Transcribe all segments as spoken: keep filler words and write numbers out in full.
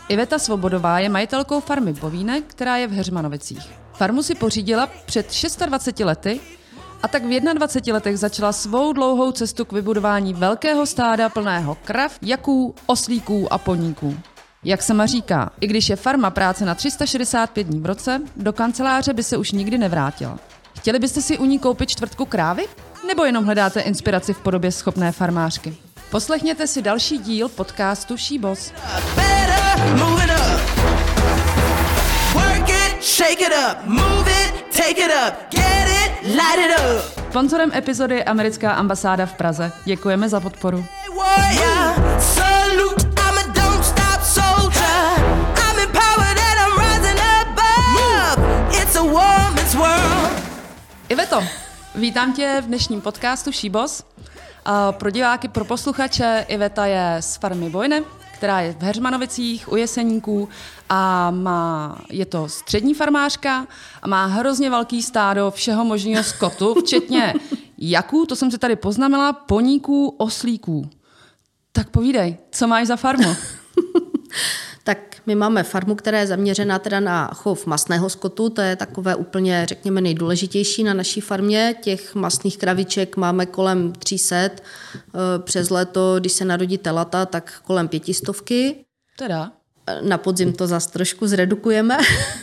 Iveta Svobodová je majitelkou farmy Bovínek, která je v Heřmanovicích. Farmu si pořídila před dvaceti šesti lety a tak v dvaceti jedné letech začala svou dlouhou cestu k vybudování velkého stáda plného krav, jaků, oslíků a poníků. Jak sama říká, i když je farma práce na tři sta šedesát pět dní v roce, do kanceláře by se už nikdy nevrátila. Chtěli byste si u ní koupit čtvrtku krávy? Nebo jenom hledáte inspiraci v podobě schopné farmářky? Poslechněte si další díl podcastu She Boss. Sponzorem epizody je americká ambasáda v Praze. Děkujeme za podporu. Iveto, vítám tě v dnešním podcastu She Boss. Pro diváky, pro posluchače, Iveta je z farmy Bojne, která je v Heřmanovicích u Jeseníků a má, je to střední farmářka a má hrozně velký stádo všeho možného skotu, včetně jaků, to jsem si tady poznamenala, poníků, oslíků. Tak povídej, co máš za farmu? Tak my máme farmu, která je zaměřená teda na chov masného skotu, to je takové úplně, řekněme, nejdůležitější na naší farmě. Těch masných kraviček máme kolem tří set, přes léto, když se narodí telata, tak kolem pětistovky. Teda? Na podzim to zase trošku zredukujeme.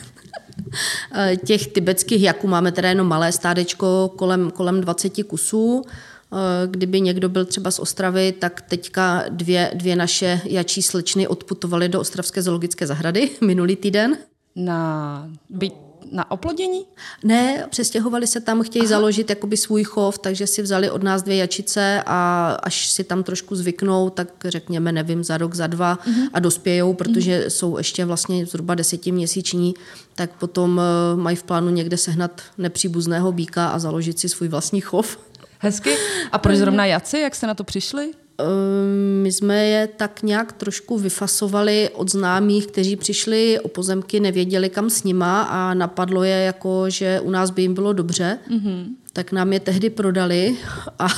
Těch tibetských jaků máme teda jenom malé stádečko, kolem, kolem dvacet kusů. Kdyby někdo byl třeba z Ostravy, tak teďka dvě, dvě naše jačí slečny odputovaly do ostravské zoologické zahrady minulý týden. Na, by, na oplodění? Ne, přestěhovali se tam, chtějí Aha. založit jakoby svůj chov, takže si vzali od nás dvě jačice a až si tam trošku zvyknou, tak řekněme, nevím, za rok, za dva uh-huh. a dospějou, protože uh-huh. jsou ještě vlastně zhruba desetiměsíční, tak potom mají v plánu někde sehnat nepříbuzného býka a založit si svůj vlastní chov. Hezky. A proč zrovna jaci? Jak jste na to přišli? My jsme je tak nějak trošku vyfasovali od známých, kteří přišli o pozemky, nevěděli kam s nima a napadlo je, jako, že u nás by jim bylo dobře. Mm-hmm. Tak nám je tehdy prodali a,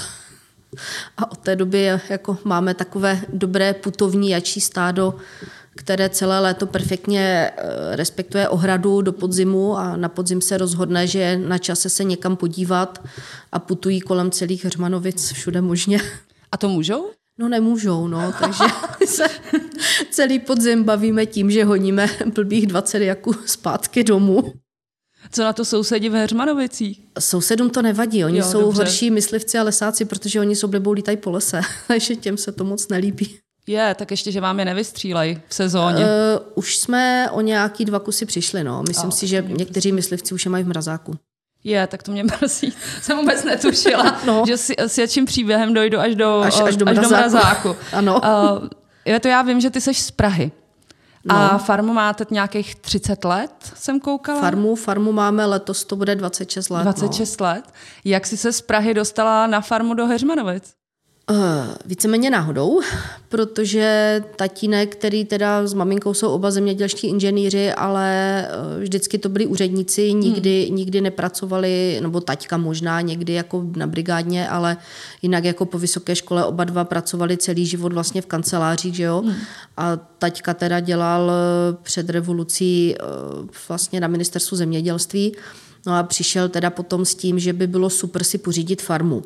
a od té doby jako máme takové dobré putovní jačí stádo, které celé léto perfektně respektuje ohradu do podzimu a na podzim se rozhodne, že je na čase se někam podívat a putují kolem celých Heřmanovic všude možně. A to můžou? No nemůžou, no, takže se celý podzim bavíme tím, že honíme blbých dvacet jaků zpátky domů. Co na to sousedi v Heřmanovicích? Sousedům to nevadí, oni jo, jsou dobře. horší myslivci a lesáci, protože oni s oblibou lítají po lese, takže těm se to moc nelíbí. Je, tak ještě, že vám je nevystřílej v sezóně. Uh, už jsme o nějaký dva kusy přišli, no. Myslím a, si, že někteří myslivci už je mají v mrazáku. Je, tak to mě mrzí. Jsem vůbec netušila, no. že si, s jačím příběhem dojdu až do, až, až do až mrazáku. Do mrazáku. Ano. Uh, je to já vím, že ty seš z Prahy. No. A farmu máte nějakých třicet let, jsem koukala? Farmu, farmu máme letos, to bude dvacet šest let. dvacet šest no. let. Jak jsi se z Prahy dostala na farmu do Heřmanovic? Uh, víceméně náhodou, protože tatínek, který teda s maminkou jsou oba zemědělští inženýři, ale uh, vždycky to byli úředníci, nikdy, hmm. nikdy nepracovali, nebo taťka možná někdy jako na brigádně, ale jinak jako po vysoké škole oba dva pracovali celý život vlastně v kancelářích, že jo. Hmm. A taťka teda dělal před revolucí uh, vlastně na ministerstvu zemědělství, no a přišel teda potom s tím, že by bylo super si pořídit farmu.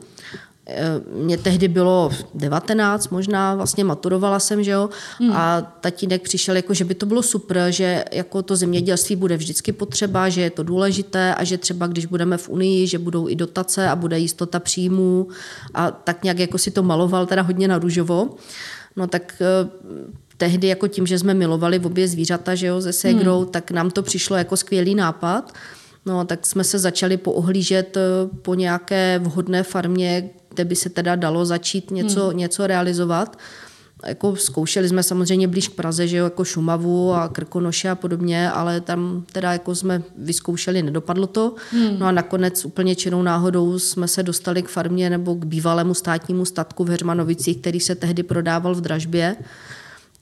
Mně tehdy bylo devatenáct, možná vlastně maturovala jsem, že jo, hmm. a tatínek přišel, jako, že by to bylo super, že jako to zemědělství bude vždycky potřeba, že je to důležité a že třeba když budeme v Unii, že budou i dotace a bude jistota příjmů a tak nějak jako si to maloval teda hodně na růžovo. No tak tehdy jako tím, že jsme milovali obě zvířata, že jo, se ségrou, hmm. tak nám to přišlo jako skvělý nápad. No tak jsme se začali poohlížet po nějaké vhodné farmě, kde by se teda dalo začít něco, hmm. něco realizovat. Jako zkoušeli jsme samozřejmě blíž k Praze, že jo, jako Šumavu a Krkonoše a podobně, ale tam teda jako jsme vyzkoušeli, nedopadlo to. Hmm. No a nakonec úplně čirou náhodou jsme se dostali k farmě nebo k bývalému státnímu statku v Heřmanovicích, který se tehdy prodával v dražbě.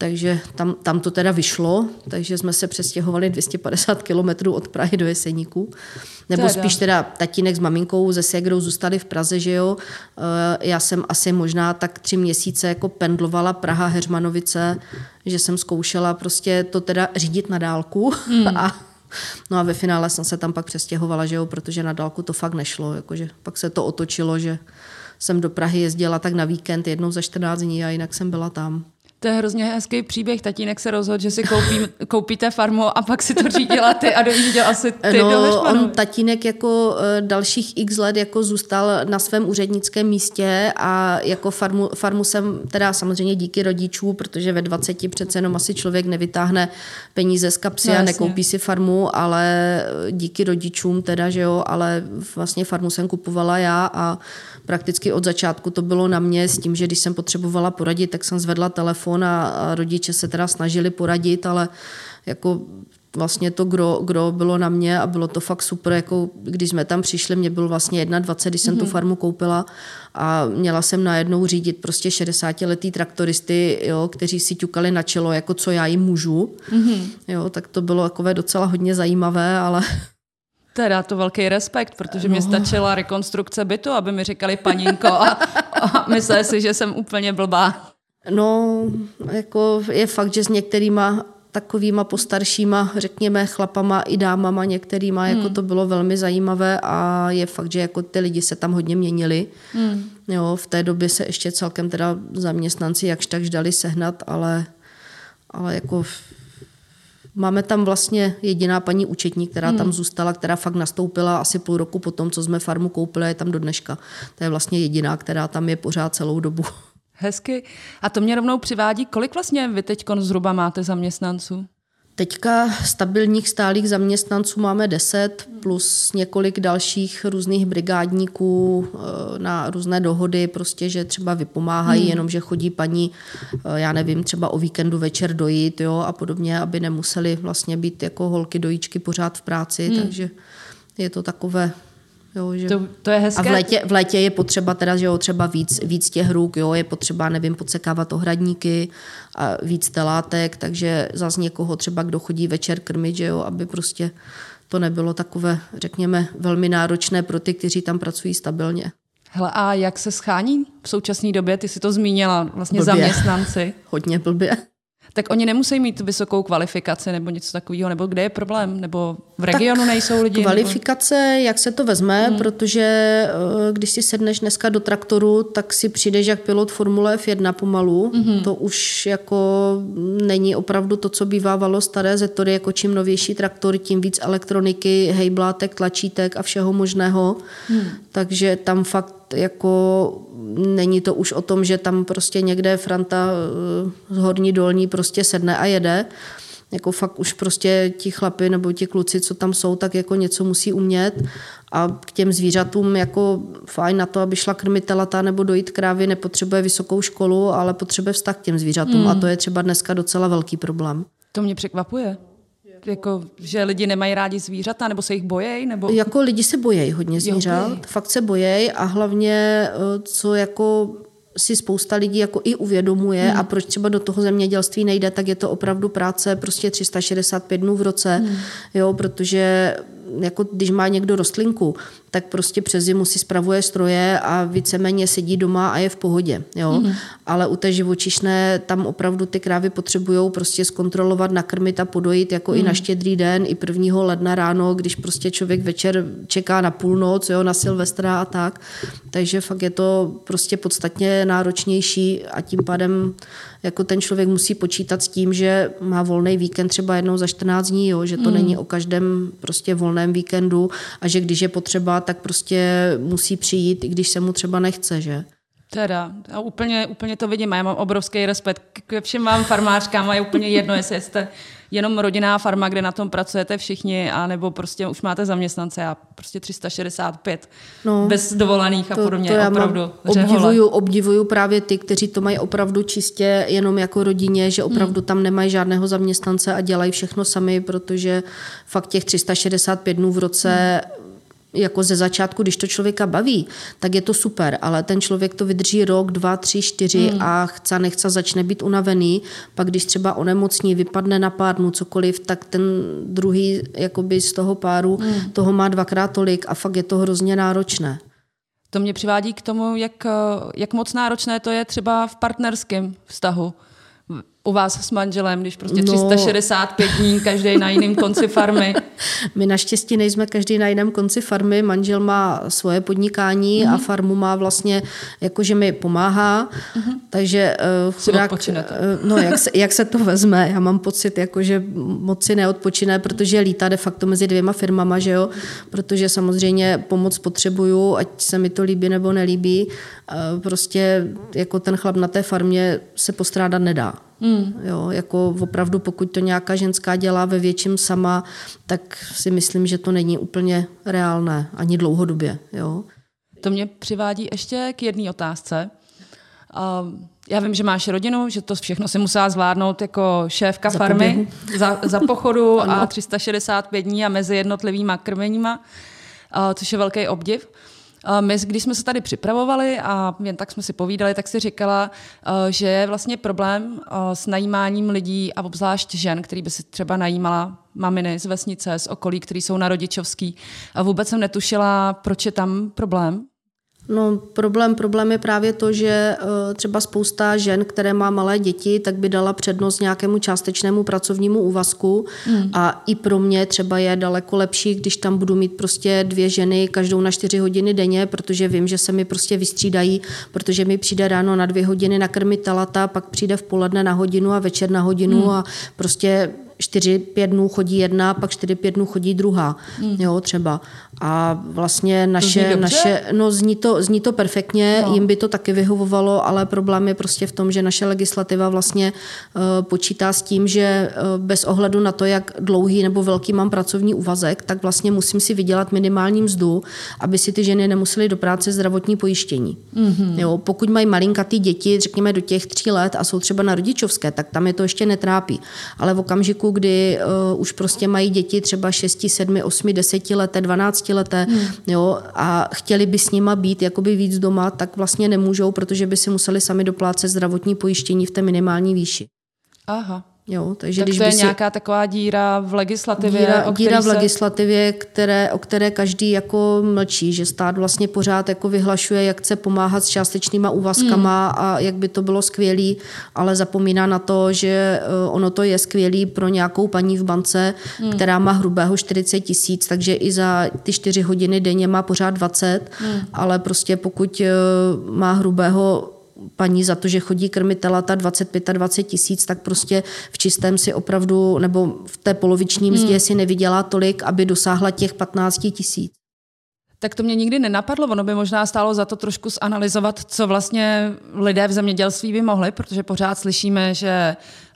takže tam, tam to teda vyšlo, takže jsme se přestěhovali dvě stě padesát kilometrů od Prahy do Jeseníků. Nebo teda. Spíš teda tatínek s maminkou se ségrou zůstali v Praze, že jo. Já jsem asi možná tak tři měsíce jako pendlovala Praha, Heřmanovice, že jsem zkoušela prostě to teda řídit na dálku hmm. a no a ve finále jsem se tam pak přestěhovala, že jo, protože na dálku to fakt nešlo, jakože pak se to otočilo, že jsem do Prahy jezdila tak na víkend jednou za čtrnáct dní a jinak jsem byla tam. To je hrozně hezký příběh. Tatínek se rozhodl, že si koupí, koupíte farmu a pak si to řídila ty a dojížděl asi ty no, do Heřmanovic. On tatínek jako dalších x let jako zůstal na svém úřednickém místě a jako farmu, farmu jsem teda samozřejmě díky rodičů, protože ve dvaceti přece jenom asi člověk nevytáhne peníze z kapsy no, a nekoupí si farmu, ale díky rodičům teda, že jo, ale vlastně farmu jsem kupovala já a prakticky od začátku to bylo na mě s tím, že když jsem potřebovala poradit, tak jsem zvedla telefon a, a rodiče se teda snažili poradit, ale jako vlastně to gro, gro bylo na mě a bylo to fakt super, jako když jsme tam přišli, mě bylo vlastně dvacet jedna, když jsem mm-hmm. tu farmu koupila a měla jsem najednou řídit prostě šedesátiletý traktoristy, jo, kteří si ťukali na čelo, jako co já jim můžu. Mm-hmm. Jo, tak to bylo takové docela hodně zajímavé, ale... Teda to velký respekt, protože no. mě stačila rekonstrukce bytu, aby mi říkali paninko a, a mysleli si, že jsem úplně blbá. No, jako je fakt, že s některýma takovýma postaršíma, řekněme, chlapama i dámama některýma, hmm. jako to bylo velmi zajímavé a je fakt, že jako ty lidi se tam hodně měnili. Hmm. Jo, v té době se ještě celkem teda zaměstnanci jakž takž dali sehnat, ale, ale jako... Máme tam vlastně jediná paní účetní, která hmm. tam zůstala, která fakt nastoupila asi půl roku po tom, co jsme farmu koupili, je tam do dneška. To je vlastně jediná, která tam je pořád celou dobu. Hezky. A to mě rovnou přivádí, kolik vlastně vy teďkon zhruba máte zaměstnanců? Teďka stabilních stálých zaměstnanců máme deset plus několik dalších různých brigádníků na různé dohody, prostě, že třeba vypomáhají, hmm. jenom že chodí paní, já nevím, třeba o víkendu večer dojít, jo, a podobně, aby nemuseli vlastně být jako holky dojíčky pořád v práci, hmm. takže je to takové... Jo, že... to, to je hezké. A v létě, v létě je potřeba teda, že jo, třeba víc, víc těch ruk, jo, je potřeba, nevím, podsekávat ohradníky a víc telátek, takže zas někoho třeba, kdo chodí večer krmit, že jo, aby prostě to nebylo takové, řekněme, velmi náročné pro ty, kteří tam pracují stabilně. Hele, a jak se schání v současné době? Ty jsi to zmínila, vlastně blbě. Zaměstnanci. Hodně blbě. Tak oni nemusí mít vysokou kvalifikaci nebo něco takového, nebo kde je problém, nebo v regionu tak nejsou lidi? Kvalifikace, nebo... jak se to vezme, hmm. protože když si sedneš dneska do traktoru, tak si přijdeš jak pilot Formule F jedna pomalu. Hmm. To už jako není opravdu to, co bývávalo staré zetory, jako čím novější traktor, tím víc elektroniky, hejblátek, tlačítek a všeho možného. Hmm. Takže tam fakt jako není to už o tom, že tam prostě někde Franta z horní dolní prostě sedne a jede. Jako fakt už prostě ti chlapi nebo ti kluci, co tam jsou, tak jako něco musí umět a k těm zvířatům jako fajn na to, aby šla krmit telata nebo dojít krávy, nepotřebuje vysokou školu, ale potřebuje vztah k těm zvířatům hmm. a to je třeba dneska docela velký problém. To mě překvapuje. Jako, že lidi nemají rádi zvířata, nebo se jich bojejí? Nebo... Jako lidi se bojejí hodně zvířat, jo, fakt se bojejí a hlavně, co jako si spousta lidí jako i uvědomuje hmm. a proč třeba do toho zemědělství nejde, tak je to opravdu práce prostě tři sta šedesát pět dnů v roce, hmm. jo, protože jako když má někdo rostlinku, tak prostě přes zimu si spravuje stroje a víceméně sedí doma a je v pohodě. Jo? Mm. Ale u té živočišné tam opravdu ty krávy potřebujou prostě zkontrolovat, nakrmit a podojit jako mm. i na Štědrý den, i prvního ledna ráno, když prostě člověk večer čeká na půlnoc, jo, na Silvestra a tak. Takže fakt je to prostě podstatně náročnější a tím pádem jako ten člověk musí počítat s tím, že má volný víkend třeba jednou za čtrnáct dní, jo? Že to mm. není o každém prostě volném víkendu a že když je potřeba, tak prostě musí přijít, i když se mu třeba nechce, že? Teda, a úplně, úplně to vidím a já mám obrovský respekt ke všem vám farmářkám a je úplně jedno, jestli jste jenom rodinná farma, kde na tom pracujete všichni, anebo prostě už máte zaměstnance a prostě tři sta šedesát pět no, bez dovolených a to, podobně. To já opravdu obdivuju, obdivuju právě ty, kteří to mají opravdu čistě jenom jako rodině, že opravdu hmm. tam nemají žádného zaměstnance a dělají všechno sami, protože fakt těch tři sta šedesát pět dnů v roce hmm. jako ze začátku, když to člověka baví, tak je to super, ale ten člověk to vydrží rok, dva, tři, čtyři hmm. a chce, nechce, začne být unavený, pak když třeba onemocní, vypadne na pár dnů, cokoliv, tak ten druhý jakoby z toho páru hmm. toho má dvakrát tolik a fakt je to hrozně náročné. To mě přivádí k tomu, jak, jak moc náročné to je třeba v partnerském vztahu. U vás s manželem, když prostě tři sta šedesát pět no. dní, každý na jiném konci farmy. My naštěstí nejsme každý na jiném konci farmy. Manžel má svoje podnikání mm-hmm. a farmu má vlastně, jakože mi pomáhá. Mm-hmm. Takže uh, chudák, uh, no jak se, jak se to vezme? Já mám pocit, jakože moc si neodpočine, protože lítá de facto mezi dvěma firmama, že jo? Protože samozřejmě pomoc potřebuju, ať se mi to líbí nebo nelíbí. Uh, prostě jako ten chlap na té farmě se postrádat nedá. Mm. Jo, jako opravdu, pokud to nějaká ženská dělá ve větším sama, tak si myslím, že to není úplně reálné, ani dlouhodobě. Jo. To mě přivádí ještě k jedné otázce. Já vím, že máš rodinu, že to všechno si musela zvládnout jako šéfka za farmy za, za pochodu a tři sta šedesát pět dní a mezi jednotlivýma krmeníma, což je velký obdiv. My, když jsme se tady připravovali a jen tak jsme si povídali, tak si říkala, že je vlastně problém s najímáním lidí a obzvlášť žen, který by si třeba najímala maminy z vesnice, z okolí, který jsou na rodičovský. A vůbec jsem netušila, proč je tam problém. No, problém, problém je právě to, že třeba spousta žen, které má malé děti, tak by dala přednost nějakému částečnému pracovnímu úvazku hmm. a i pro mě třeba je daleko lepší, když tam budu mít prostě dvě ženy každou na čtyři hodiny denně, protože vím, že se mi prostě vystřídají, protože mi přijde ráno na dvě hodiny nakrmit telata, pak přijde v poledne na hodinu a večer na hodinu hmm. a prostě čtyři, pět dnů chodí jedna, pak čtyři, pět dnů chodí druhá, mm. jo, třeba. A vlastně naše, naše no zní to, zní to perfektně, no. Jim by to taky vyhovovalo, ale problém je prostě v tom, že naše legislativa vlastně uh, počítá s tím, že uh, bez ohledu na to, jak dlouhý nebo velký mám pracovní úvazek, tak vlastně musím si vydělat minimální mzdu, aby si ty ženy nemusely do práce zdravotní pojištění. Mm-hmm. Jo, pokud mají malinkatý děti, řekněme do těch tří let a jsou třeba na rodičovské, tak tam je to ještě netrápí. Ale v okamžiku, kdy uh, už prostě mají děti třeba šesti, sedmi, osmi, deseti leté, dvanácti leté, hmm. jo, a chtěli by s nima být jakoby víc doma, tak vlastně nemůžou, protože by si museli sami doplácet zdravotní pojištění v té minimální výši. Aha. Jo, takže tak když to je si... nějaká taková díra v legislativě, díra, o díra v se... legislativě, které, o které každý jako mlčí, že stát vlastně pořád jako vyhlašuje, jak chce pomáhat s částečnýma úvazkama hmm. a jak by to bylo skvělý, ale zapomíná na to, že ono to je skvělý pro nějakou paní v bance, hmm. která má hrubého čtyřicet tisíc, takže i za ty čtyři hodiny denně má pořád dvacet, hmm. ale prostě pokud má hrubého paní za to, že chodí krmit telata dvacet pět a dvacet tisíc, tak prostě v čistém si opravdu, nebo v té poloviční mzdě hmm. si nevydělá tolik, aby dosáhla těch patnáct tisíc. Tak to mě nikdy nenapadlo, ono by možná stálo za to trošku zanalyzovat, co vlastně lidé v zemědělství by mohli, protože pořád slyšíme, že,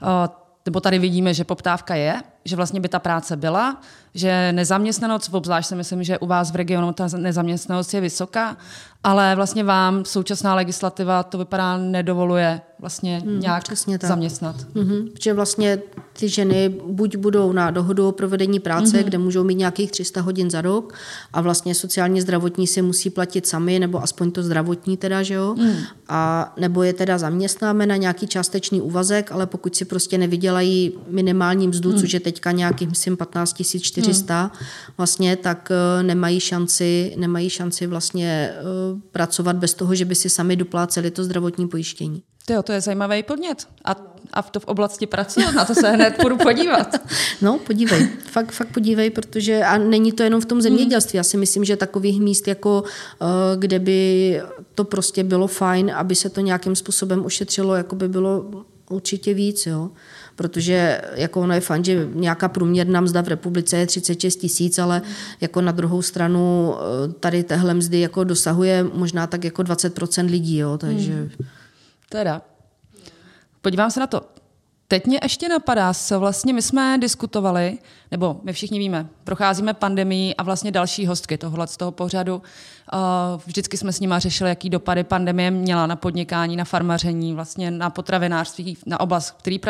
nebo tady vidíme, že poptávka je, že vlastně by ta práce byla, že nezaměstnanost, obzvlášť si myslím, že u vás v regionu ta nezaměstnanost je vysoká, ale vlastně vám současná legislativa to vypadá nedovoluje vlastně hmm, nějak zaměstnat. Mm-hmm. Protože vlastně ty ženy buď budou na dohodu o provedení práce, mm-hmm. kde můžou mít nějakých tři sta hodin za rok a vlastně sociálně zdravotní si musí platit sami, nebo aspoň to zdravotní teda, že jo? Mm. A nebo je teda zaměstnáme na nějaký částečný úvazek, ale pokud si prostě nevydělají minimální mzdu, mm. což je teďka nějakých, myslím, patnáct tisíc čtyři sta, mm. vlastně, tak nemají šanci, nemají šanci vlastně uh, pracovat bez toho, že by si sami dopláceli to zdravotní pojištění. Tyjo, to je zajímavý podnět. A, a v to v oblasti pracuji, na to se hned půjdu podívat. No, podívej. Fakt, fakt podívej, protože a není to jenom v tom zemědělství. Já si myslím, že takových míst, jako kde by to prostě bylo fajn, aby se to nějakým způsobem ošetřilo, jako by bylo určitě víc, jo. Protože jako ono je fajn, že nějaká průměrná mzda v republice je třicet šest tisíc, ale jako na druhou stranu tady téhle mzdy jako dosahuje možná tak jako dvacet procent lidí, jo, takže... Hmm. Teda. Podívám se na to. Teď mě ještě napadá, co vlastně my jsme diskutovali, nebo my všichni víme, procházíme pandemii a vlastně další hostky tohohle z toho pořadu. Vždycky jsme s nima řešili, jaký dopady pandemie měla na podnikání, na farmaření, vlastně na potravinářství, na oblast, v který pracují. Jak to vypadá teda u středně velké farmy, jako seš ty v době pandemie?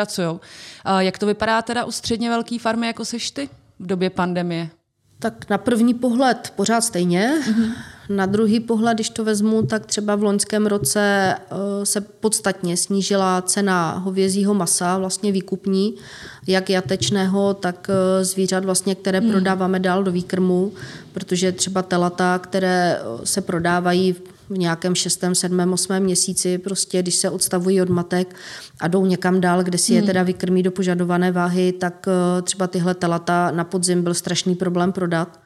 Tak na první pohled pořád stejně. Mm-hmm. Na druhý pohled, když to vezmu, tak třeba v loňském roce se podstatně snížila cena hovězího masa, vlastně výkupní, jak jatečného, tak zvířat, vlastně, které mm. prodáváme dál do výkrmu, protože třeba telata, které se prodávají v nějakém šestém, sedmém, osmém měsíci, prostě když se odstavují od matek a jdou někam dál, kde si je teda vykrmí do požadované váhy, tak třeba tyhle telata na podzim byl strašný problém prodat.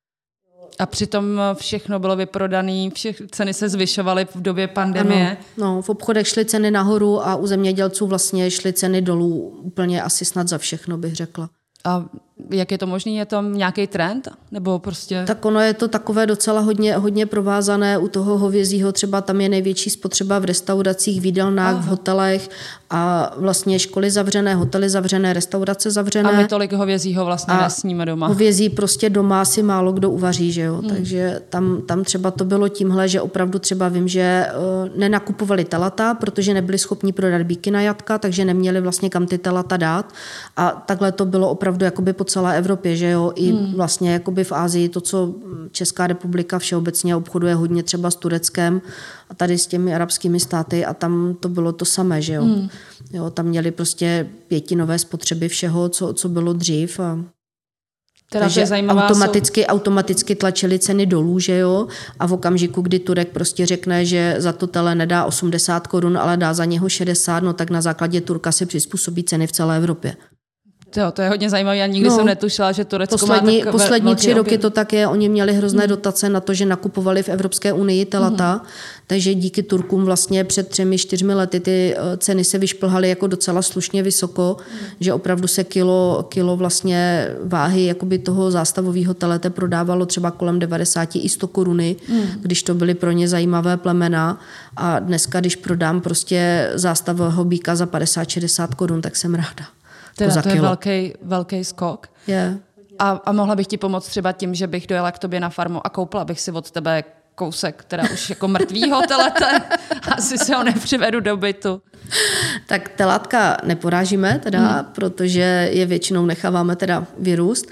A přitom všechno bylo vyprodané, všechny ceny se zvyšovaly v době pandemie. Ano, no, v obchodech šly ceny nahoru a u zemědělců vlastně šly ceny dolů úplně asi snad za všechno, bych řekla. A jak je to možné? Je to nějaký trend? Nebo prostě... Tak ono je to takové docela hodně, hodně provázané. U toho hovězího třeba tam je největší spotřeba v restauracích, v jídelnách, v hotelech a vlastně školy zavřené, hotely zavřené, restaurace zavřené. A my tolik hovězího vlastně nesníme doma. Hovězí prostě doma si málo kdo uvaří, že jo. Hmm. Takže tam, tam třeba to bylo tímhle, že opravdu třeba vím, že uh, nenakupovali telata, protože nebyli schopni prodat bíky na jatka, takže neměli vlastně kam ty telata dát. A takhle to bylo opravdu jakoby po celé Evropě, že jo, i hmm. vlastně jakoby v Asii, to, co Česká republika všeobecně obchoduje hodně třeba s Tureckem a tady s těmi arabskými státy a tam to bylo to samé, že jo. Hmm. Jo, tam měli prostě pětinové spotřeby všeho, co, co bylo dřív a teda takže automaticky, jsou... automaticky tlačili ceny dolů, že jo, a v okamžiku, kdy Turek prostě řekne, že za to tele nedá osmdesát korun, ale dá za něho šedesát, no tak na základě Turka se přizpůsobí ceny v celé Evropě. Jo, to je hodně zajímavé. Já nikdy no, jsem netušila, že Turecko poslední, má tak poslední tři objem. roky to tak je. Oni měli hrozné hmm. dotace na to, že nakupovali v Evropské unii telata, hmm. takže díky Turkům vlastně před třemi, čtyřmi lety ty ceny se vyšplhaly jako docela slušně vysoko, hmm. že opravdu se kilo, kilo vlastně váhy jakoby toho zástavového telete prodávalo třeba kolem devadesát i sto koruny, hmm. když to byly pro ně zajímavé plemena. A dneska, když prodám prostě zástavového býka za padesát šedesát korun, tak jsem ráda. Teda to je velký, velký skok. Yeah. A, a mohla bych ti pomoct třeba tím, že bych dojela k tobě na farmu a koupila bych si od tebe kousek, teda už jako mrtvýho telete, asi se ho nepřivedu do bytu. Tak telátka neporážíme, teda, hmm. protože je většinou necháváme teda vyrůst.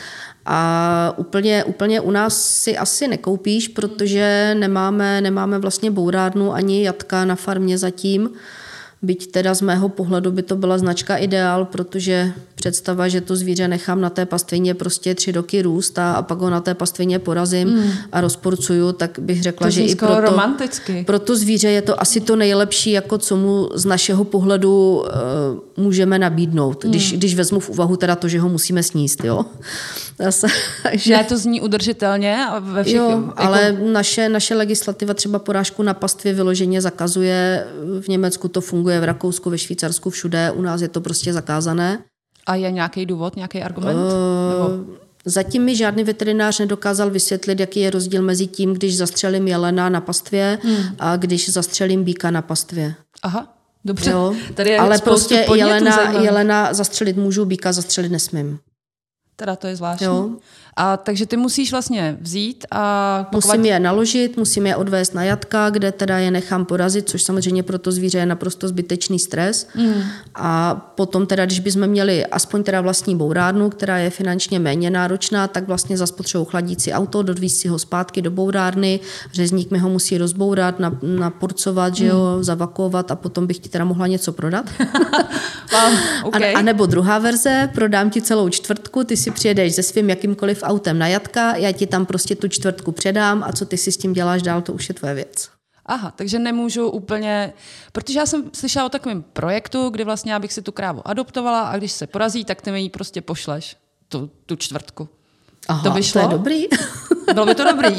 A úplně, úplně u nás si asi nekoupíš, protože nemáme, nemáme vlastně bourárnu ani jatka na farmě zatím. Byť teda z mého pohledu by to byla značka Ideál, protože představa, že to zvíře nechám na té pastvině prostě tři roky růst a, a pak ho na té pastvině porazím mm. a rozporcuju, tak bych řekla, to že i pro to, pro to zvíře je to asi to nejlepší, jako co mu z našeho pohledu uh, můžeme nabídnout, mm. když, když vezmu v úvahu teda to, že ho musíme sníst. Jo? Zase, že... Ne, to zní udržitelně. Ve všech, jo, jako... ale naše, naše legislativa třeba porážku na pastvě vyloženě zakazuje, v Německu to funguje, v Rakousku, ve Švýcarsku, všude, u nás je to prostě zakázané. A je nějaký důvod, nějaký argument? Uh, Nebo... Zatím mi žádný veterinář nedokázal vysvětlit, jaký je rozdíl mezi tím, když zastřelím jelena na pastvě hmm. a když zastřelím býka na pastvě. Aha, dobře. Jo? Tady je ale prostě jelena, zajímavý. jelena zastřelit můžu, býka zastřelit nesmím. Teda to je zvláštní. Jo. A takže ty musíš vlastně vzít a... Musím pokovat... je naložit, musím je odvést na jatka, kde teda je nechám porazit, což samozřejmě pro to zvíře je naprosto zbytečný stres. Mm. A potom teda, když bychom měli aspoň teda vlastní bourárnu, která je finančně méně náročná, tak vlastně zas potřebuji chladící auto, dodvízt si ho zpátky do bourárny, řezník mi ho musí rozbourat, naporcovat, že jo, mm. zavakuovat a potom bych ti teda mohla něco prodat. Wow, okay. a, a nebo druhá verze, prodám ti celou čtvrtku, ty si přijedeš se svým jakýmkoliv autem na jatka, já ti tam prostě tu čtvrtku předám a co ty si s tím děláš dál, to už je tvoje věc. Aha, takže nemůžu úplně, protože já jsem slyšela o takovém projektu, kdy vlastně já bych si tu krávu adoptovala a když se porazí, tak ty mi ji prostě pošleš, tu, tu čtvrtku. Aha, to by šlo? To je dobrý. Bylo by to dobrý.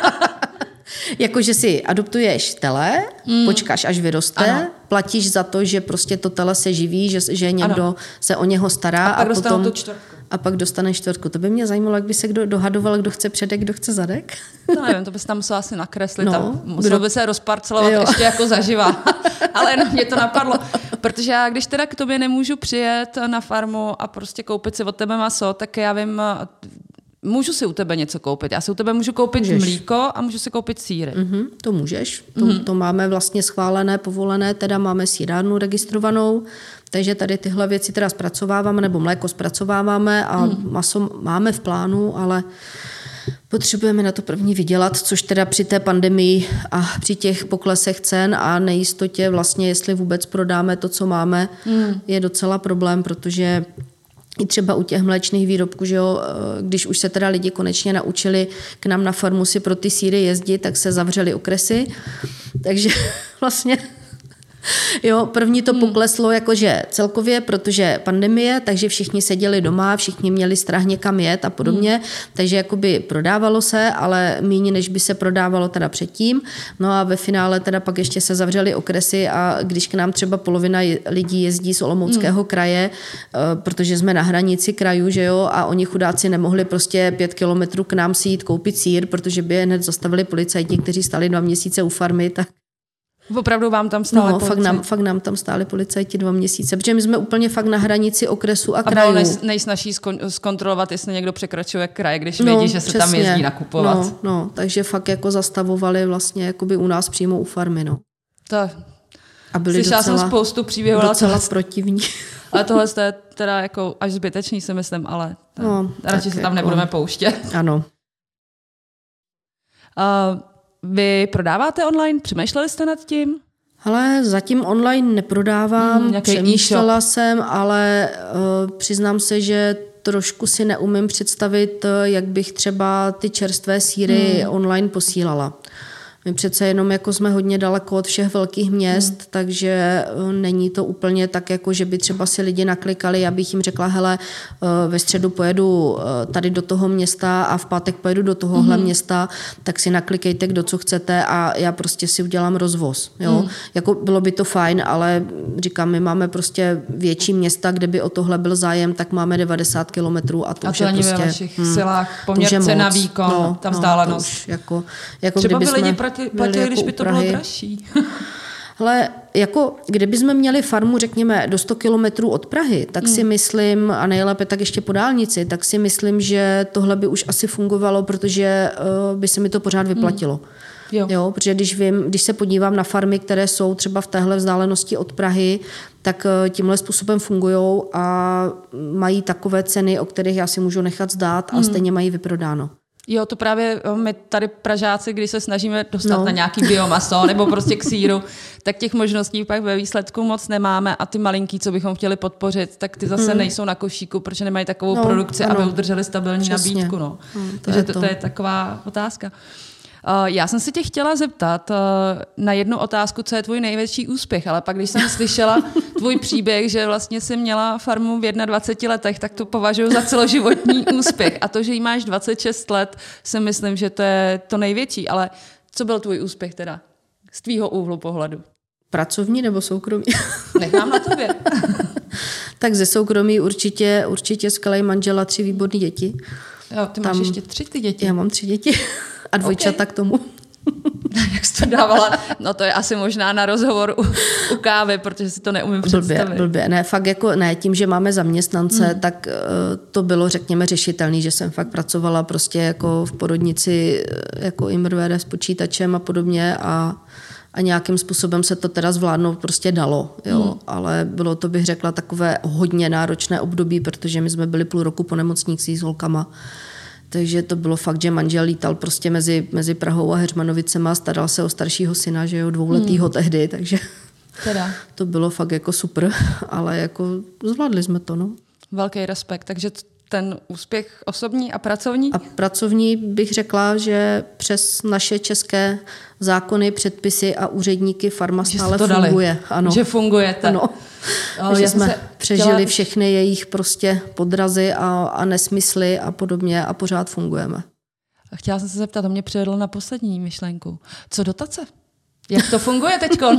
Jakože si adoptuješ tele, mm. počkáš, až vyroste, ano. platíš za to, že prostě to tele se živí, že, že někdo ano. se o něho stará. A pak a potom tu čtvrtku. A pak dostaneš čtvrtku. To by mě zajímalo, jak by se kdo dohadoval, kdo chce předek, kdo chce zadek. To nevím, to bys tam musela asi nakreslit. No, tam muselo kdo... by se rozparcelovat jo. ještě jako zaživa. Ale jenom mě to napadlo. Protože já, když teda k tobě nemůžu přijet na farmu a prostě koupit si od tebe maso, tak já vím, můžu si u tebe něco koupit. Já si u tebe můžu koupit můžeš. mlíko a můžu si koupit sýry. Mm-hmm, to můžeš. To, mm-hmm. to máme vlastně schválené, povolené, teda máme sýrárnu registrovanou, takže tady tyhle věci teda zpracováváme, nebo mléko zpracováváme a mm. maso máme v plánu, ale Potřebujeme na to první vydělat, což teda při té pandemii a při těch poklesech cen a nejistotě vlastně, jestli vůbec prodáme to, co máme, mm. je docela problém, protože i třeba u těch mléčných výrobků, že jo, když už se teda lidi konečně naučili k nám na farmu si pro ty sýry jezdit, tak se zavřely okresy. Takže vlastně jo, první to pokleslo jakože celkově, protože pandemie, takže všichni seděli doma, všichni měli strach někam jet a podobně, hmm. takže jakoby prodávalo se, ale méně, než by se prodávalo teda předtím. No a ve finále teda pak ještě se zavřely okresy a když k nám třeba polovina lidí jezdí z Olomouckého hmm. kraje, protože jsme na hranici krajů, že jo, a oni chudáci nemohli prostě pět kilometrů k nám si jít koupit sýr, protože by je hned zastavili policajti, kteří stali dva měsíce u farmy, tak opravdu vám tam stáli no, fakt nám, fakt nám tam stáli policajti dva měsíce, protože my jsme úplně fakt na hranici okresu a, a krajů. A bylo nej, nejsnažší zkontrolovat, jestli někdo překračuje kraj, když no, vědí, že se přesně tam jezdí nakupovat. No, no, takže fakt jako zastavovali vlastně jakoby u nás přímo u farmy. No. To, a byli slyšela docela, jsem spoustu příběhů. Docela tohle, protivní. Ale tohle je teda jako až zbytečný, si myslím, ale no, radši se tam jako nebudeme pouštět. Ano. Uh, Vy prodáváte online? Přemýšleli jste nad tím? Ale zatím online neprodávám. Hmm, Přemýšlela e-shop. jsem, ale uh, přiznám se, že trošku si neumím představit, jak bych třeba ty čerstvé sýry hmm. online posílala. My přece jenom jako jsme hodně daleko od všech velkých měst, hmm. takže není to úplně tak, jako že by třeba si lidi naklikali, já bych jim řekla, hele, ve středu pojedu tady do toho města a v pátek pojedu do tohohle hmm. města, tak si naklikejte, kdo co chcete a já prostě si udělám rozvoz. Jo? Hmm. Jako bylo by to fajn, ale říkám, my máme prostě větší města, kde by o tohle byl zájem, tak máme devadesát kilometrů a to a už to je ani prostě... ve vašich hmm, silách, poměr cena, výkon, no, ta vzdálenost. No, jako, jako třeba by jsme... lidi platili, když by to bylo dražší. Ale jako kdybychom měli farmu, řekněme, do sto kilometrů od Prahy, tak hmm. si myslím, a nejlépe tak ještě po dálnici, tak si myslím, že tohle by už asi fungovalo, protože uh, by se mi to pořád vyplatilo. Hmm. Jo. Jo, protože když, vím, když se podívám na farmy, které jsou třeba v téhle vzdálenosti od Prahy, tak tímhle způsobem fungují a mají takové ceny, o kterých já si můžu nechat zdát a hmm. stejně mají vyprodáno. Jo, to právě my tady Pražáci, když se snažíme dostat no. na nějaký biomaso nebo prostě k sýru, tak těch možností pak ve výsledku moc nemáme a ty malinký, co bychom chtěli podpořit, tak ty zase hmm. nejsou na košíku, protože nemají takovou no, produkci, ano. aby udrželi stabilní Přesně. nabídku. No. Hmm, to Takže je to. To, to je taková otázka. Já jsem se tě chtěla zeptat na jednu otázku, co je tvůj největší úspěch, ale pak, když jsem slyšela tvůj příběh, že vlastně jsi měla farmu v dvaceti jedné letech, tak to považuji za celoživotní úspěch. A to, že jí máš dvacet šest let, si myslím, že to je to největší. Ale co byl tvůj úspěch teda z tvýho úhlu pohledu? Pracovní nebo soukromý? Nechám na tobě. Tak ze soukromí určitě, určitě skvělý manžel a tři výborné děti. Jo, ty máš Tam, ještě tři ty děti. Já mám tři děti. A dvojčata okay. k tomu. Jak jsi to dávala? No to je asi možná na rozhovor u, u kávy, protože si to neumím blbě, představit. Blbě, ne, fakt jako ne, tím, že máme zaměstnance, hmm. tak uh, to bylo, řekněme, řešitelný, že jsem fakt pracovala prostě jako v porodnici, jako imrvére s počítačem a podobně a, a nějakým způsobem se to teda zvládnout prostě dalo, jo, hmm. ale bylo to, bych řekla, takové hodně náročné období, protože my jsme byli půl roku po nemocnicích s holkama. Takže to bylo fakt, že manžel lítal prostě mezi, mezi Prahou a Heřmanovicema, staral se o staršího syna, že jo, dvouletýho hmm. tehdy, takže teda. To bylo fakt jako super, ale jako zvládli jsme to, no. Velký respekt, takže ten úspěch osobní a pracovní? A pracovní bych řekla, že přes naše české zákony, předpisy a úředníky farma že stále funguje. Ano. Že fungujete. Ano. O, že jsme přežili chtěla... všechny jejich prostě podrazy a, a nesmysly a podobně a pořád fungujeme. A chtěla jsem se zeptat, to mě přivedlo na poslední myšlenku. Co dotace? Jak to funguje teďko?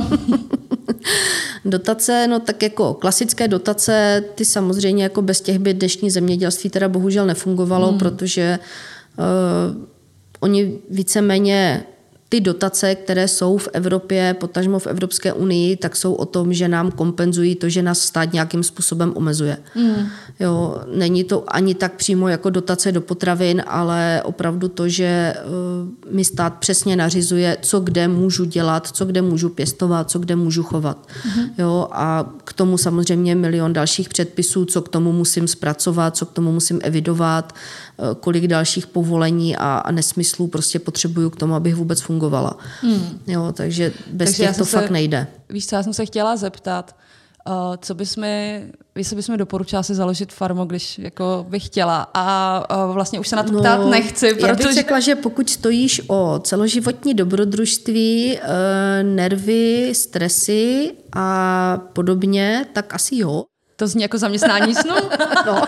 Dotace, no tak jako klasické dotace, ty samozřejmě jako bez těch by dnešní zemědělství teda bohužel nefungovalo, hmm. protože uh, oni víceméně ty dotace, které jsou v Evropě, potažmo v Evropské unii, tak jsou o tom, že nám kompenzují to, že nás stát nějakým způsobem omezuje. Mm. Jo, není to ani tak přímo jako dotace do potravin, ale opravdu to, že uh, mi stát přesně nařizuje, co kde můžu dělat, co kde můžu pěstovat, co kde můžu chovat. Mm. Jo, a k tomu samozřejmě milion dalších předpisů, co k tomu musím zpracovat, co k tomu musím evidovat, kolik dalších povolení a, a nesmyslů prostě potřebuju k tomu, abych vůbec fungovala. Hmm. Jo, takže bez takže těch to fakt se, nejde. Víš co, já jsem se chtěla zeptat, uh, co bys mi, jestli bys mi doporučila si založit farmu, když jako bych chtěla a uh, vlastně už se na to ptát no, nechci. Protože... Já bych řekla, že pokud stojíš o celoživotní dobrodružství, uh, nervy, stresy a podobně, tak asi jo. To zní jako zaměstnání snů? No.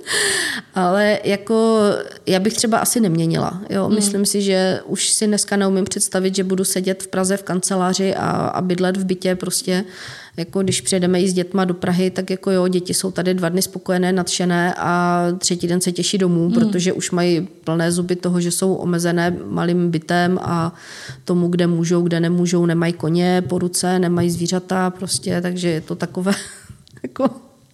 Ale jako já bych třeba asi neměnila. Jo? Hmm. Myslím si, že už si dneska neumím představit, že budu sedět v Praze v kanceláři a, a bydlet v bytě prostě. Jako když přijedeme i s dětma do Prahy, tak jako jo, děti jsou tady dva dny spokojené, nadšené a třetí den se těší domů, hmm. protože už mají plné zuby toho, že jsou omezené malým bytem a tomu, kde můžou, kde nemůžou, nemají koně po ruce, nemají zvířata prostě, takže je to takové jako...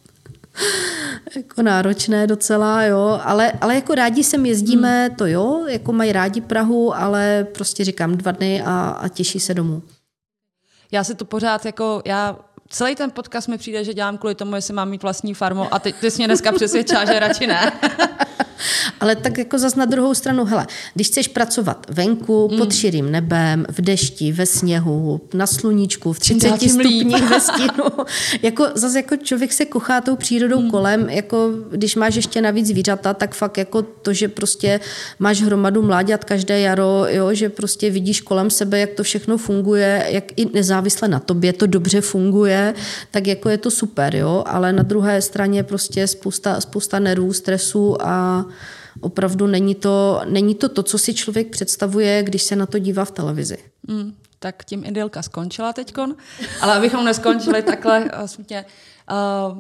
jako náročné docela, jo, ale, ale jako rádi sem jezdíme, hmm. to jo, jako mají rádi Prahu, ale prostě říkám dva dny a, a těší se domů. Já si to pořád jako, já celý ten podcast mi přijde, že dělám kvůli tomu, jestli mám mít vlastní farmu a ty, ty jsi mě dneska přesvědčila, že radši ne. Ale tak jako zas na druhou stranu, hele, když chceš pracovat venku, mm. pod širým nebem, v dešti, ve sněhu, na sluníčku, v třiceti stupních ve stínu, jako zase jako člověk se kochá tou přírodou mm. kolem, jako když máš ještě navíc zvířata, tak fakt jako to, že prostě máš hromadu mláďat každé jaro, jo, že prostě vidíš kolem sebe, jak to všechno funguje, jak i nezávisle na tobě to dobře funguje, tak jako je to super, jo, ale na druhé straně prostě spousta, spousta nervů, stresu a opravdu není to, není to to, co si člověk představuje, když se na to dívá v televizi. Mm, tak tím idylka skončila teďkon, ale abychom neskončili takhle smutně. Uh,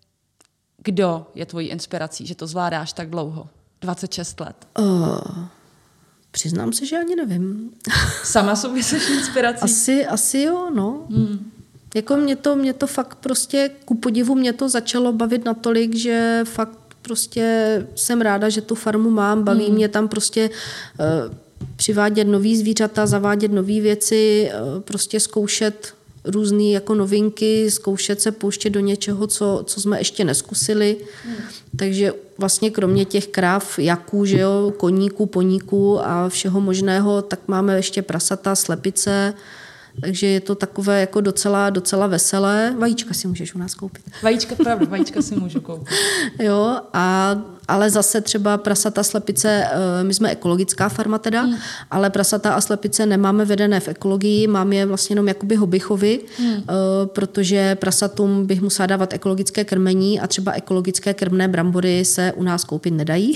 kdo je tvojí inspirací, že to zvládáš tak dlouho? dvacet šest let. Uh, přiznám se, že ani nevím. Sama sobě jsi inspirací? Asi, asi jo, no. Hmm. Jako mě to, mě to fakt prostě, ku podivu mě to začalo bavit natolik, že fakt prostě jsem ráda, že tu farmu mám, baví hmm. mě tam prostě uh, přivádět nový zvířata, zavádět nové věci, uh, prostě zkoušet různé jako novinky, zkoušet se pouštět do něčeho, co, co jsme ještě neskusili. Hmm. Takže vlastně kromě těch kráv, jaků, že jo, koníků, poníků a všeho možného, tak máme ještě prasata, slepice, takže je to takové jako docela, docela veselé. Vajíčka si můžeš u nás koupit. Vajíčka, pravda, vajíčka si můžu koupit. Jo, a, ale zase třeba prasata, slepice, my jsme ekologická farma teda, mm. ale prasata a slepice nemáme vedené v ekologii, mám je vlastně jenom jakoby hobbychovy, mm. protože prasatům bych musela dávat ekologické krmení a třeba ekologické krmné brambory se u nás koupit nedají.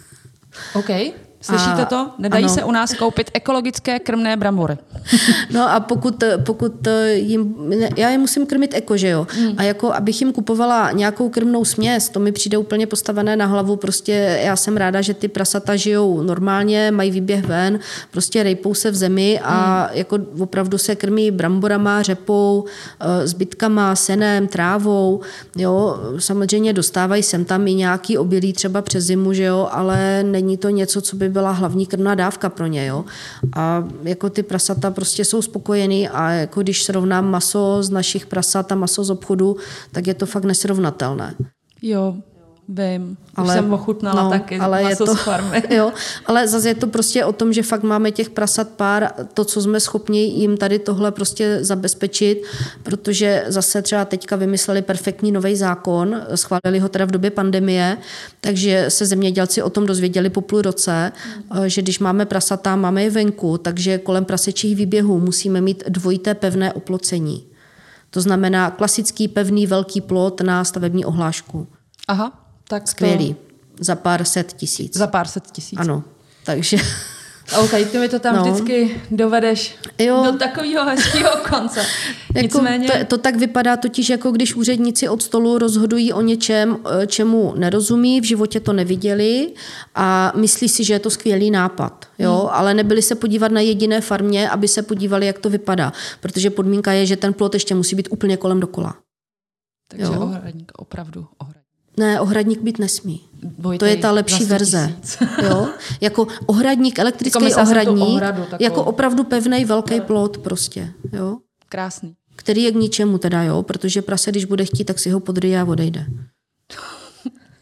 OK. Slyšíte a, to? Nedají ano. se u nás koupit ekologické krmné brambory. No a pokud, pokud jim, já je musím krmit eko, že jo? Hmm. A jako abych jim kupovala nějakou krmnou směs, to mi přijde úplně postavené na hlavu, prostě já jsem ráda, že ty prasata žijou normálně, mají výběh ven, prostě rejpou se v zemi a hmm. jako opravdu se krmí bramborama, řepou, zbytkama, senem, trávou, jo? Samozřejmě dostávají sem tam i nějaký obilí třeba přes zimu, že jo? Ale není to něco, co by byla hlavní krmná dávka pro ně, jo. A jako ty prasata prostě jsou spokojený a jako když srovnám maso z našich prasat a maso z obchodu, tak je to fakt nesrovnatelné. Jo, vím. Ale, už jsem ochutnala no, taky ale maso je to, z farmy. Jo, ale zase je to prostě o tom, že fakt máme těch prasat pár, to, co jsme schopni jim tady tohle prostě zabezpečit, protože zase třeba teďka vymysleli perfektní nový zákon, schválili ho teda v době pandemie, takže se zemědělci o tom dozvěděli po půl roce, mm. že když máme prasata, máme je venku, takže kolem prasečích výběhů musíme mít dvojité pevné oplocení. To znamená klasický pevný velký plot na stavební ohlášku. Aha. Tak skvělý. To... Za pár set tisíc. Za pár set tisíc. Ano, takže... OK, ty mi to tam no. vždycky dovedeš jo. do takového hezkého konce. Jako Nicméně... to, to tak vypadá totiž, jako když úředníci od stolu rozhodují o něčem, čemu nerozumí, v životě to neviděli a myslí si, že je to skvělý nápad. Jo? Hmm. Ale nebyli se podívat na jediné farmě, aby se podívali, jak to vypadá. Protože podmínka je, že ten plot ještě musí být úplně kolem dokola. Takže jo? ohradník, opravdu ohradník. Ne, ohradník být nesmí. Bojtej, to je ta lepší verze. Jo? Jako ohradník, elektrický jako ohradník, ohradu, jako opravdu pevnej velký plot prostě. Jo? Krásný. Který je k ničemu teda, jo? Protože prase, když bude chtít, tak si ho podryje a odejde.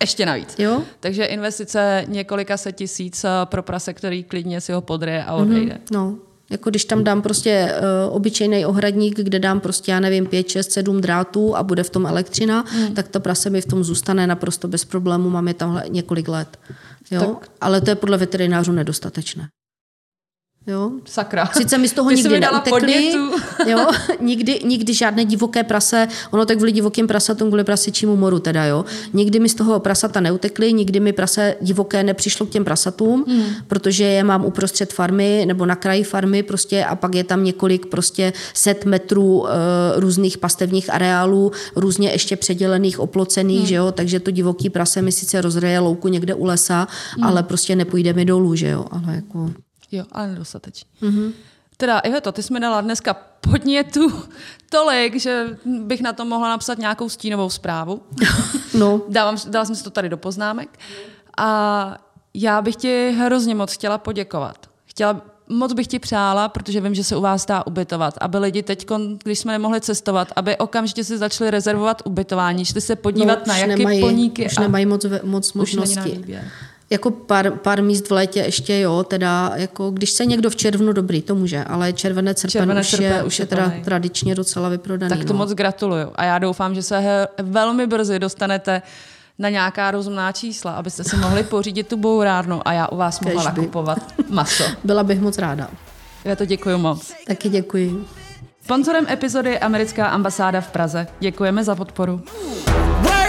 ještě navíc. Jo? Takže investice několika set tisíc pro prase, který klidně si ho podryje a odejde. Mm-hmm. No. Jako když tam dám prostě uh, obyčejný ohradník, kde dám prostě, já nevím, pět, šest, sedm drátů a bude v tom elektřina, mm. tak ta prase mi v tom zůstane naprosto bez problému, mám je tamhle několik let. Jo? Tak. Ale to je podle veterinářů nedostatečné. Jo? Sakra. Sice mi z toho Ty nikdy neutekli, jo? nikdy, nikdy žádné divoké prase, ono tak kvůli divokým prasatům, kvůli prasečímu moru teda, jo. Nikdy mi z toho prasata neutekli, nikdy mi prase divoké nepřišlo k těm prasatům, mm. protože je mám uprostřed farmy nebo na kraji farmy prostě a pak je tam několik prostě set metrů e, různých pastevních areálů, různě ještě předělených, oplocených, mm. že jo, takže to divoký prase mi sice rozreje louku někde u lesa, mm. ale prostě nepůjde mi dolů, že jo, ale jako... Jo, ale nedostatečně. Mm-hmm. Teda, Iveto, ty jsi mi dala dneska podnětu tolik, že bych na to mohla napsat nějakou stínovou zprávu. No. Dávám, dala jsem si to tady do poznámek. A já bych ti hrozně moc chtěla poděkovat. Chtěla, moc bych ti přála, protože vím, že se u vás dá ubytovat, aby lidi teď, když jsme nemohli cestovat, aby okamžitě si začali rezervovat ubytování, šli se podívat no, na jaké nemají, poníky. Už nemají moc, moc možností. Jako pár, pár míst v létě ještě jo, teda jako když se někdo v červnu dobrý, to může, ale červené srpen Červené už je, už je teda tradičně docela vyprodaný. Tak to no. moc gratuluju a já doufám, že se he, velmi brzy dostanete na nějaká rozumná čísla, abyste si mohli pořídit tu bourárnu a já u vás mohla Kežby. nakupovat maso. Byla bych moc ráda. Já to děkuju moc. Taky děkuji. Sponzorem epizody je americká ambasáda v Praze. Děkujeme za podporu.